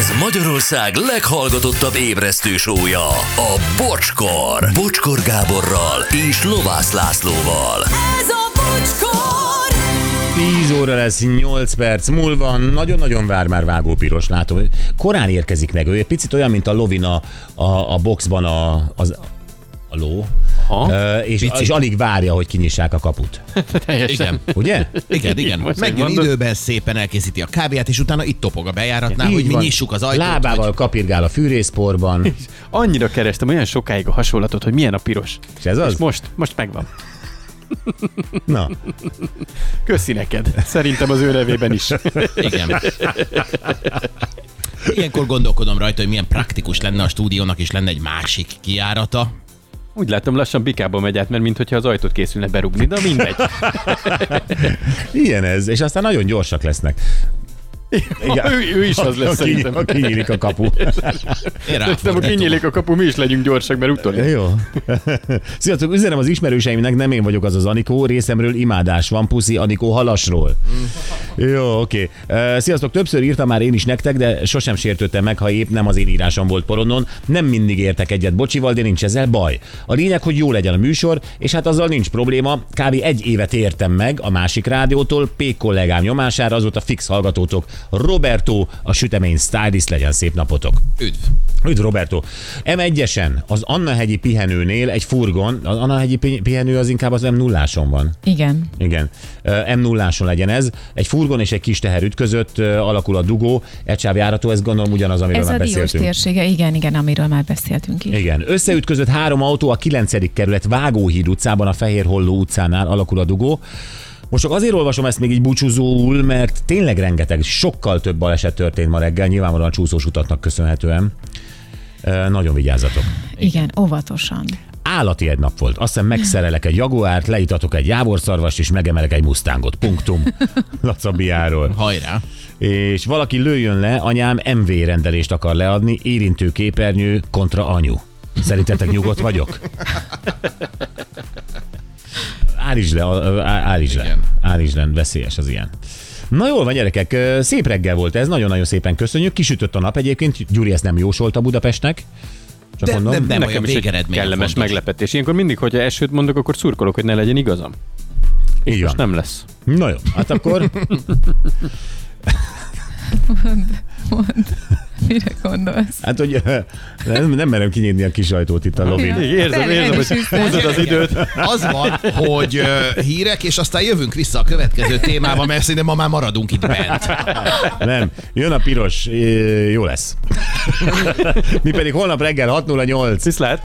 Ez Magyarország leghallgatottabb ébresztő show-ja, a Bocskor. Bocskor Gáborral és Lovász Lászlóval. Ez a Bocskor! 10 óra lesz, 8 perc múlva, nagyon-nagyon vár már Vágó Piros, látom. Korán érkezik meg, ő egy picit olyan, mint a Lovina a boxban a ló, és alig várja, hogy kinyissák a kaput. Igen. Ugye? Igen. Megjön időben, szépen elkészíti a kávéját, és utána itt topog a bejáratnál, Így hogy mi van. nyissuk az ajtót. Lábával kapirgál a fűrészporban. Annyira kerestem olyan sokáig a hasonlatot, hogy milyen a piros. És ez az? És most megvan. Na, Köszi neked. Szerintem az ő nevében is. Igen. Ilyenkor gondolkodom rajta, hogy milyen praktikus lenne a stúdiónak, és lenne egy másik kijárata. Úgy látom, lassan bikába megy át, mert mintha az ajtót készülne berúgni, de mindegy. ilyen ez, és aztán nagyon gyorsak lesznek. Igen. Ő is az lesz szerintem. Ha kinyílik a kapu. Én Szerintem, ha kinyílik a kapu, mi is legyünk gyorsak, mert utolérjük. Jó. Sziasztok, üzenem az ismerőseimnek, nem én vagyok az Anikó, részemről imádás van, puszi Anikó Halasról. Jó, oké. Sziasztok, többször írtam már én is nektek, de sosem sértődtem meg, ha épp nem az én írásom volt porondon. Nem mindig értek egyet bocsival, de nincs ezzel baj. A lényeg, hogy jó legyen a műsor, és hát azzal nincs probléma. Kb. 1 évet értem meg a másik rádiótól, Pék kollégám nyomására, azóta fix hallgatótok. Roberto, a sütemény stylist, legyen szép napotok. Üdv Roberto. M1-esen az Annahegyi pihenőnél egy furgon, az Annahegyi pihenő az inkább az M0-áson van. Igen. Igen. M0-áson legyen ez. Egy furgon és egy kis teherüt között alakul a dugó, egysávjárató, ez gondolom ugyanaz, amiről Ez már a Diós beszéltünk. térsége, igen, amiről már beszéltünk is. Igen. Összeütközött 3 autó a 9. kerület Vágóhíd utcában, a Fehérholló utcánál alakul a dugó. Most csak azért olvasom ezt még így búcsúzóul, mert tényleg rengeteg, sokkal több baleset történt ma reggel, nyilvánvalóan csúszós utaknak köszönhetően. Nagyon vigyázzatok. Igen, óvatosan. Állati egy nap volt. Azt hiszem megszerelek egy jaguárt, leítatok egy jávorszarvast, és megemelek egy mustangot. Punktum. Lacabiáról. Hajrá! És valaki lőjön le, anyám MV rendelést akar leadni, érintő képernyő kontra anyu. Szerintetek nyugodt vagyok? Állítsd le, veszélyes az ilyen. Na jól van, gyerekek, szép reggel volt ez, nagyon-nagyon szépen köszönjük. Kisütött a nap egyébként, Gyuri ezt nem jósolta Budapestnek. Csak mondom. nem Nekem olyan is egy végeredmény. kellemes meglepetés. Ilyenkor mindig, hogyha esőt mondok, akkor szurkolok, hogy ne legyen igazam. Így Most van. nem lesz. Na jó, hát akkor... Mondd, mire gondolsz? Hát, hogy nem merem kinyitni a kis ajtót itt a lovin. Érzem, hogy hozod az időt. Az van, hogy hírek, és aztán jövünk vissza a következő témába, mert szerintem ma már maradunk itt bent. Nem, jön a piros, jó lesz. Mi pedig holnap reggel 6:08. Viszlát!